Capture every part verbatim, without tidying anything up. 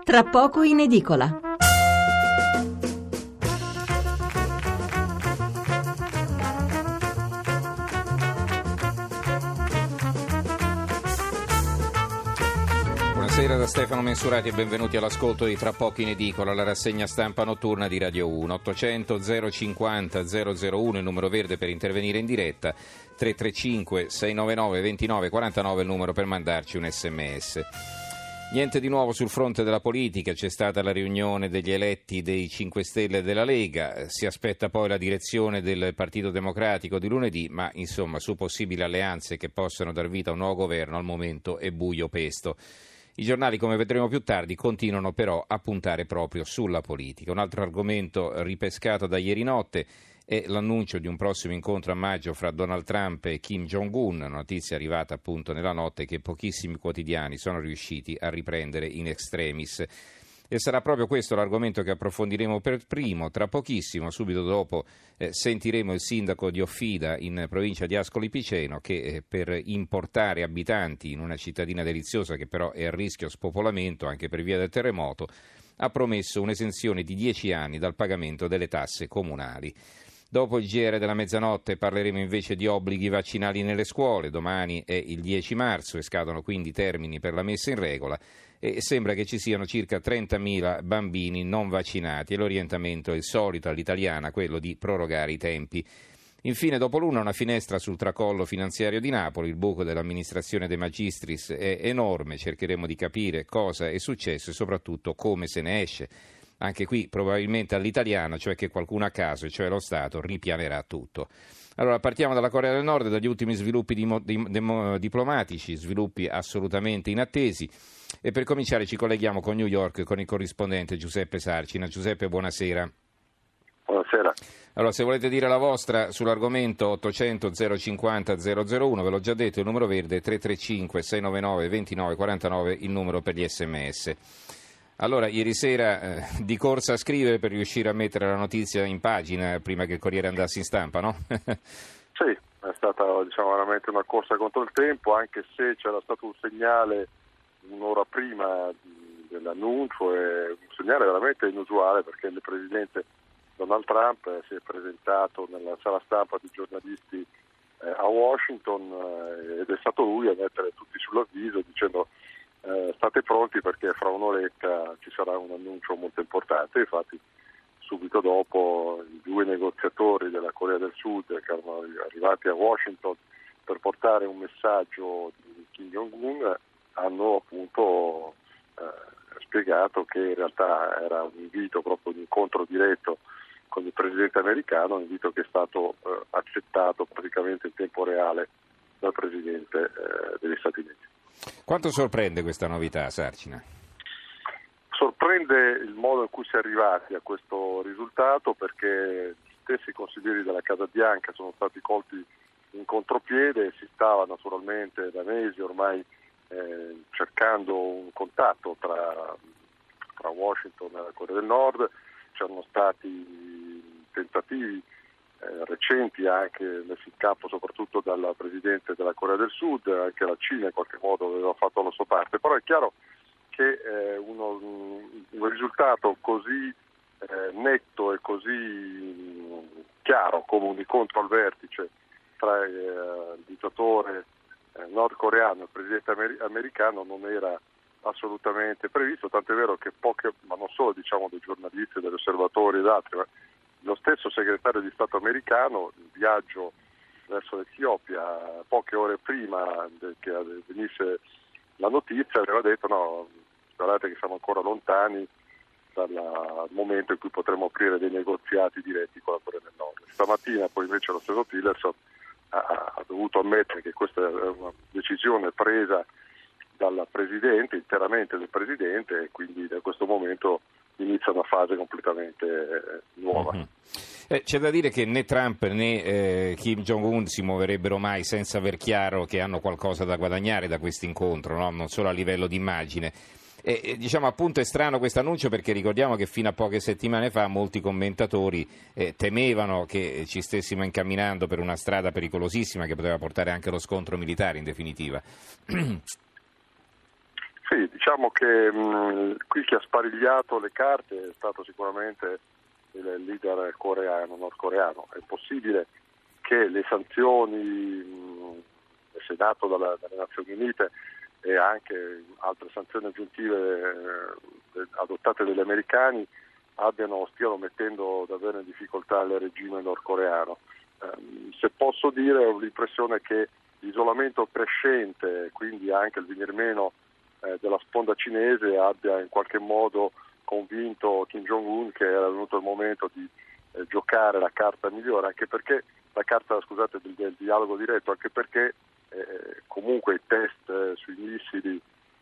tra poco in edicola. Buonasera da Stefano Mensurati e benvenuti all'ascolto di Tra poco in edicola, la rassegna stampa notturna di Radio uno. ottocento zero cinquanta zero zero uno il numero verde per intervenire in diretta, tre tre cinque sei nove nove due nove quattro nove il numero per mandarci un sms. Niente di nuovo sul fronte della politica, c'è stata la riunione degli eletti dei cinque Stelle e della Lega, si aspetta poi la direzione del Partito Democratico di lunedì, ma insomma su possibili alleanze che possano dar vita a un nuovo governo al momento è buio pesto. I giornali, come vedremo più tardi, continuano però a puntare proprio sulla politica. Un altro argomento ripescato da ieri notte è l'annuncio di un prossimo incontro a maggio fra Donald Trump e Kim Jong-un, una notizia arrivata appunto nella notte che pochissimi quotidiani sono riusciti a riprendere in extremis. E sarà proprio questo l'argomento che approfondiremo per primo. Tra pochissimo, subito dopo, eh, sentiremo il sindaco di Offida in provincia di Ascoli Piceno che eh, per importare abitanti in una cittadina deliziosa che però è a rischio spopolamento anche per via del terremoto ha promesso un'esenzione di dieci anni dal pagamento delle tasse comunali. Dopo il G R della mezzanotte parleremo invece di obblighi vaccinali nelle scuole. Domani è il dieci marzo e scadono quindi i termini per la messa in regola e sembra che ci siano circa trentamila bambini non vaccinati e l'orientamento è il solito all'italiana, quello di prorogare i tempi. Infine, dopo l'una, una finestra sul tracollo finanziario di Napoli. Il buco dell'amministrazione De Magistris è enorme, cercheremo di capire cosa è successo e soprattutto come se ne esce. Anche qui probabilmente all'italiana, cioè che qualcuno a caso, cioè lo Stato, ripianerà tutto. Allora partiamo dalla Corea del Nord, dagli ultimi sviluppi dimo, dim, dim, diplomatici, sviluppi assolutamente inattesi. E per cominciare ci colleghiamo con New York con il corrispondente Giuseppe Sarcina. Giuseppe, buonasera. Buonasera. Allora, se volete dire la vostra sull'argomento ottocento zero cinquanta zero zero uno, ve l'ho già detto, il numero verde è tre tre cinque sei nove nove due nove quattro nove, il numero per gli sms. Allora, ieri sera eh, di corsa a scrivere per riuscire a mettere la notizia in pagina prima che il Corriere andasse in stampa, no? Sì, è stata diciamo, veramente una corsa contro il tempo, anche se c'era stato un segnale un'ora prima dell'annuncio, e un segnale veramente inusuale perché il presidente Donald Trump eh, si è presentato nella sala stampa di giornalisti eh, a Washington eh, ed è stato lui a mettere tutti sull'avviso dicendo Eh, state pronti perché fra un'oretta ci sarà un annuncio molto importante. Infatti subito dopo i due negoziatori della Corea del Sud che erano arrivati a Washington per portare un messaggio di Kim Jong-un hanno appunto eh, spiegato che in realtà era un invito, proprio un incontro diretto con il presidente americano, un invito che è stato eh, accettato praticamente in tempo reale dal presidente eh, degli Stati Uniti. Quanto sorprende questa novità, Sarcina? Sorprende il modo in cui si è arrivati a questo risultato, perché gli stessi consiglieri della Casa Bianca sono stati colti in contropiede. Si stava naturalmente da mesi ormai eh, cercando un contatto tra, tra Washington e la Corea del Nord. C'erano stati tentativi Eh, recenti anche messi in campo soprattutto dal presidente della Corea del Sud, anche la Cina in qualche modo aveva fatto la sua parte, però è chiaro che eh, uno, un risultato così eh, netto e così mh, chiaro come un incontro al vertice tra eh, il dittatore eh, nordcoreano e il presidente amer- americano non era assolutamente previsto, tant'è vero che poche, ma non solo diciamo dei giornalisti, degli osservatori ed altri, ma lo stesso segretario di Stato americano, in viaggio verso l'Etiopia, poche ore prima che venisse la notizia, aveva detto no, guardate che siamo ancora lontani dal momento in cui potremo aprire dei negoziati diretti con la Corea del Nord. Stamattina poi invece lo stesso Tillerson ha, ha dovuto ammettere che questa è una decisione presa dal Presidente, interamente del Presidente, e quindi da questo momento inizia una fase completamente eh, nuova. Mm-hmm. Eh, c'è da dire che né Trump né eh, Kim Jong-un si muoverebbero mai senza aver chiaro che hanno qualcosa da guadagnare da questo incontro, no? Non solo a livello di immagine. E, e, diciamo appunto è strano questo annuncio perché ricordiamo che fino a poche settimane fa molti commentatori eh, temevano che ci stessimo incamminando per una strada pericolosissima che poteva portare anche allo scontro militare in definitiva. Sì, diciamo che mh, qui chi ha sparigliato le carte è stato sicuramente il leader coreano, nordcoreano. È possibile che le sanzioni mh, senato dalla, dalle Nazioni Unite e anche altre sanzioni aggiuntive eh, adottate dagli americani abbiano, stiano mettendo davvero in difficoltà il regime nordcoreano. Eh, se posso dire, ho l'impressione che l'isolamento crescente, quindi anche il venir meno eh, della sponda cinese, abbia in qualche modo convinto Kim Jong-un che era venuto il momento di eh, giocare la carta migliore, anche perché la carta, scusate, del, del dialogo diretto, anche perché eh, comunque i test eh, sui missili,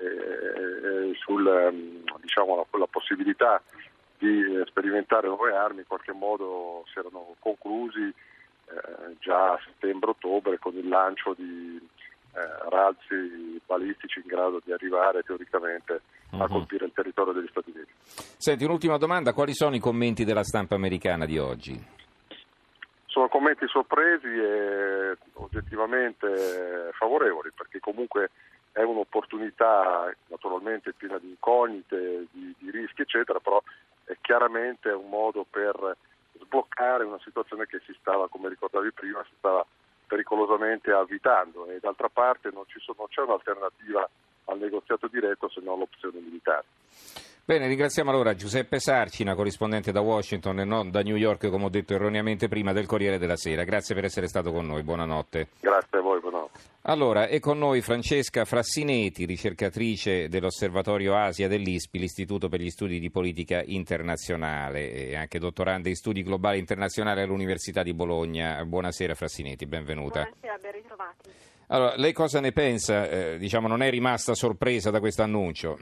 eh, sul um, diciamo la, la possibilità di eh, sperimentare nuove armi in qualche modo si erano conclusi eh, già a settembre-ottobre con il lancio di eh, razzi balistici in grado di arrivare teoricamente a uh-huh. colpire il territorio degli Stati Uniti. Senti, un'ultima domanda, quali sono i commenti della stampa americana di oggi? Sono commenti sorpresi e oggettivamente favorevoli, perché comunque è un'opportunità naturalmente piena di incognite, di, di rischi eccetera, però è chiaramente un modo per sbloccare una situazione che si stava, come ricordavi prima, si stava pericolosamente avvitando, e d'altra parte non, ci sono, non c'è un'alternativa al negoziato diretto se non l'opzione militare. Bene, ringraziamo allora Giuseppe Sarcina, corrispondente da Washington e non da New York, come ho detto erroneamente prima, del Corriere della Sera. Grazie per essere stato con noi, buonanotte. Grazie a voi, buonanotte. Allora, è con noi Francesca Frassineti, ricercatrice dell'Osservatorio Asia dell'I S P I, l'Istituto per gli Studi di Politica Internazionale, e anche dottoranda in Studi Globali Internazionali all'Università di Bologna. Buonasera Frassineti, benvenuta. Buonasera, ben ritrovati. Allora, lei cosa ne pensa? Eh, diciamo, non è rimasta sorpresa da questo annuncio?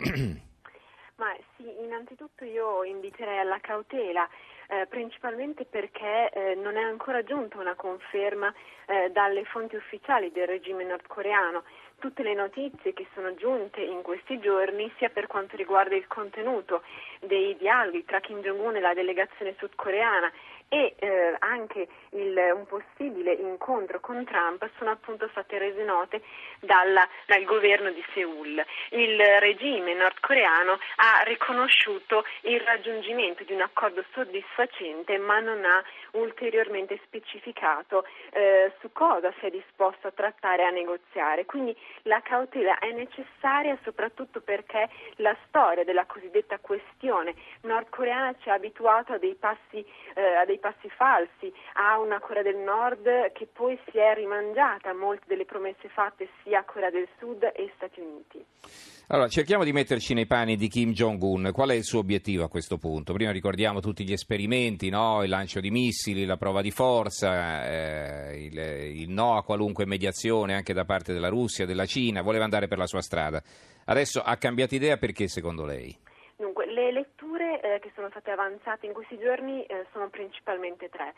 Ma sì, innanzitutto io inviterei alla cautela, eh, principalmente perché eh, non è ancora giunta una conferma eh, dalle fonti ufficiali del regime nordcoreano. Tutte le notizie che sono giunte in questi giorni, sia per quanto riguarda il contenuto dei dialoghi tra Kim Jong-un e la delegazione sudcoreana e eh, anche il, un possibile incontro con Trump, sono appunto state rese note dalla, dal governo di Seul. Il regime nordcoreano ha riconosciuto il raggiungimento di un accordo soddisfacente, ma non ha ulteriormente specificato eh, su cosa si è disposto a trattare e a negoziare. Quindi la cautela è necessaria, soprattutto perché la storia della cosiddetta questione nordcoreana ci ha abituato a dei passi, eh, a dei passi falsi, a una Corea del Nord che poi si è rimangiata molte delle promesse fatte sia a Corea del Sud e Stati Uniti. Allora, cerchiamo di metterci nei panni di Kim Jong-un. Qual è il suo obiettivo a questo punto? Prima ricordiamo tutti gli esperimenti, no? Il lancio di missili, la prova di forza, eh, il, il no a qualunque mediazione anche da parte della Russia, della Cina. Voleva andare per la sua strada. Adesso ha cambiato idea, perché secondo lei? Dunque, le letture eh, che sono state avanzate in questi giorni eh, sono principalmente tre.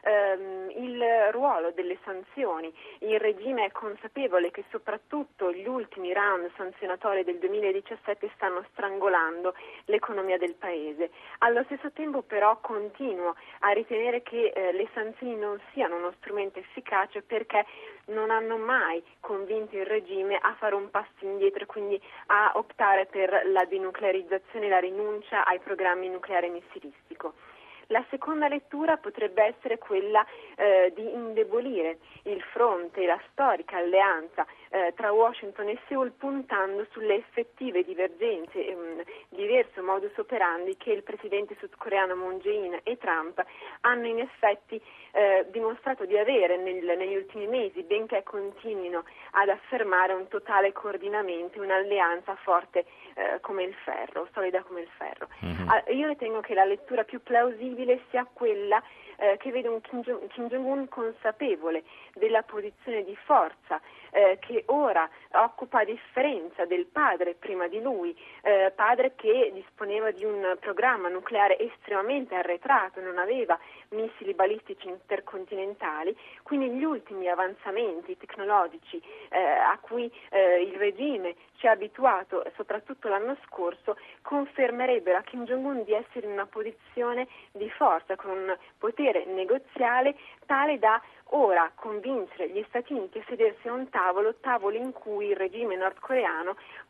Um, il ruolo delle sanzioni. Il regime è consapevole che soprattutto gli ultimi round sanzionatori del duemiladiciassette stanno strangolando l'economia del paese. Allo stesso tempo però continuo a ritenere che eh, le sanzioni non siano uno strumento efficace, perché non hanno mai convinto il regime a fare un passo indietro e quindi a optare per la denuclearizzazione e la rinuncia ai programmi nucleare e missilistico. La seconda lettura potrebbe essere quella eh, di indebolire il fronte e la storica alleanza eh, tra Washington e Seul, puntando sulle effettive divergenze e un diverso modus operandi che il presidente sudcoreano Moon Jae-in e Trump hanno in effetti eh, dimostrato di avere nel, negli ultimi mesi, benché continuino ad affermare un totale coordinamento, un'alleanza forte eh, come il ferro, solida come il ferro. Mm-hmm. Ah, io ritengo che la lettura più plausibile sia quella eh, che vede un Kim, Jong- Kim Jong-un consapevole della posizione di forza eh, che ora occupa, a differenza del padre prima di lui, eh, padre che disponeva di un programma nucleare estremamente arretrato, non aveva missili balistici intercontinentali, quindi gli ultimi avanzamenti tecnologici eh, a cui eh, il regime ci ha abituato soprattutto l'anno scorso confermerebbero a Kim Jong-un di essere in una posizione di forza, con un potere negoziale tale da ora convincere gli Stati Uniti a sedersi a un tavolo, tavolo in cui il regime nordcoreano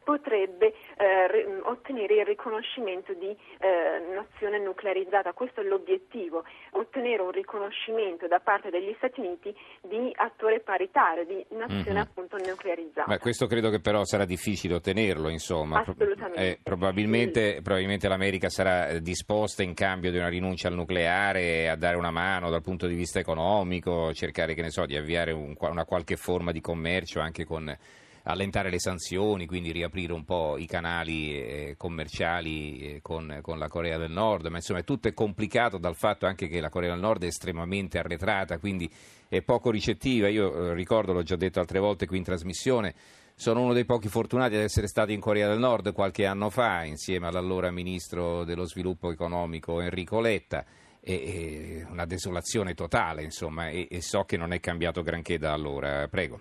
potrebbe eh, re, ottenere il riconoscimento di eh, nazione nuclearizzata. Questo è l'obiettivo, ottenere un riconoscimento da parte degli Stati Uniti di attore paritario, di nazione mm-hmm. appunto nuclearizzata. Beh, questo credo che però sarà difficile ottenerlo, insomma. Assolutamente. Eh, probabilmente, sì. probabilmente l'America sarà disposta in cambio di una rinuncia al nucleare a dare una mano dal punto di vista economico, cercare, che ne so, di avviare un, una qualche forma di commercio anche con allentare le sanzioni, quindi riaprire un po' i canali eh, commerciali eh, con, con la Corea del Nord, ma insomma è tutto è complicato dal fatto anche che la Corea del Nord è estremamente arretrata, quindi è poco ricettiva. Io eh, ricordo, l'ho già detto altre volte qui in trasmissione, sono uno dei pochi fortunati ad essere stato in Corea del Nord qualche anno fa insieme all'allora ministro dello sviluppo economico Enrico Letta. E, e una desolazione totale, insomma, e, e so che non è cambiato granché da allora. Prego.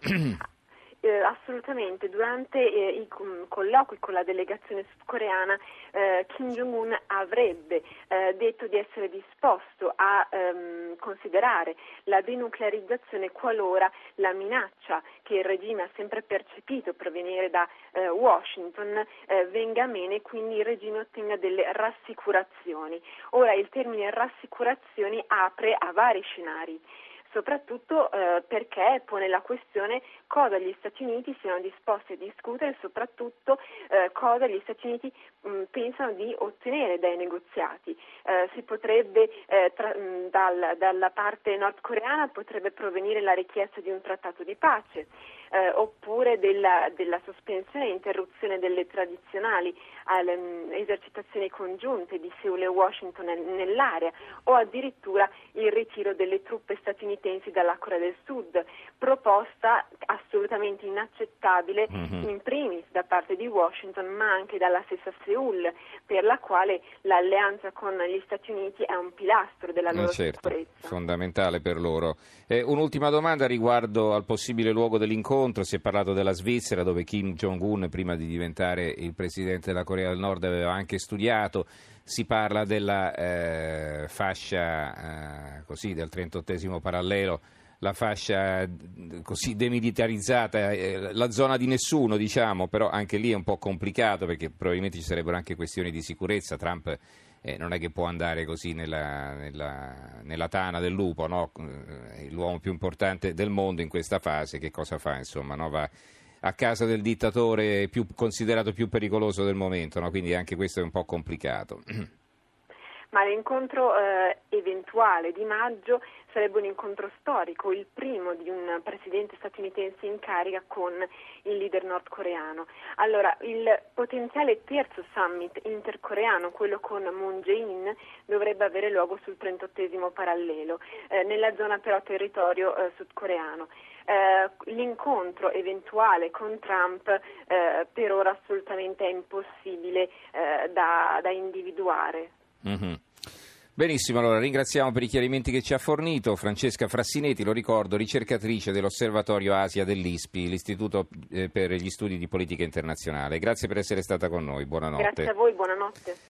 Eh, assolutamente, durante eh, i com- colloqui con la delegazione sudcoreana eh, Kim Jong-un avrebbe eh, detto di essere disposto a ehm, considerare la denuclearizzazione qualora la minaccia che il regime ha sempre percepito provenire da eh, Washington eh, venga meno e quindi il regime ottenga delle rassicurazioni. Ora il termine rassicurazioni apre a vari scenari, soprattutto eh, perché pone la questione cosa gli Stati Uniti siano disposti a discutere e soprattutto eh, cosa gli Stati Uniti mh, pensano di ottenere dai negoziati. Eh, si potrebbe, eh, tra, mh, dal, dalla parte nordcoreana potrebbe provenire la richiesta di un trattato di pace, eh, oppure della, della sospensione e interruzione delle tradizionali alle, mh, esercitazioni congiunte di Seul e Washington nel, nell'area, o addirittura il ritiro delle truppe statunitensi dalla Corea del Sud, proposta assolutamente inaccettabile mm-hmm. in primis da parte di Washington ma anche dalla stessa Seul, per la quale l'alleanza con gli Stati Uniti è un pilastro della loro eh certo, sicurezza. Fondamentale per loro. Eh, un'ultima domanda riguardo al possibile luogo dell'incontro. Si è parlato della Svizzera, dove Kim Jong-un prima di diventare il presidente della Corea del Nord aveva anche studiato. Si parla della eh, fascia eh, così del trentottesimo parallelo, la fascia così demilitarizzata, eh, la zona di nessuno, diciamo, però anche lì è un po' complicato perché probabilmente ci sarebbero anche questioni di sicurezza. Trump eh, non è che può andare così nella, nella, nella tana del lupo, no? È l'uomo più importante del mondo in questa fase, che cosa fa? Insomma, no? Va a casa del dittatore più considerato più pericoloso del momento, no? Quindi anche questo è un po' complicato. Ma l'incontro eh, eventuale di maggio sarebbe un incontro storico, il primo di un presidente statunitense in carica con il leader nordcoreano. Allora, il potenziale terzo summit intercoreano, quello con Moon Jae-in, dovrebbe avere luogo sul trentottesimo parallelo, eh, nella zona però territorio eh, sudcoreano. Eh, l'incontro eventuale con Trump eh, per ora assolutamente è impossibile eh, da, da individuare. Mm-hmm. Benissimo, allora ringraziamo per i chiarimenti che ci ha fornito Francesca Frassinetti, lo ricordo, ricercatrice dell'Osservatorio Asia dell'I S P I, l'Istituto per gli Studi di Politica Internazionale. Grazie per essere stata con noi, buonanotte. Grazie a voi, buonanotte.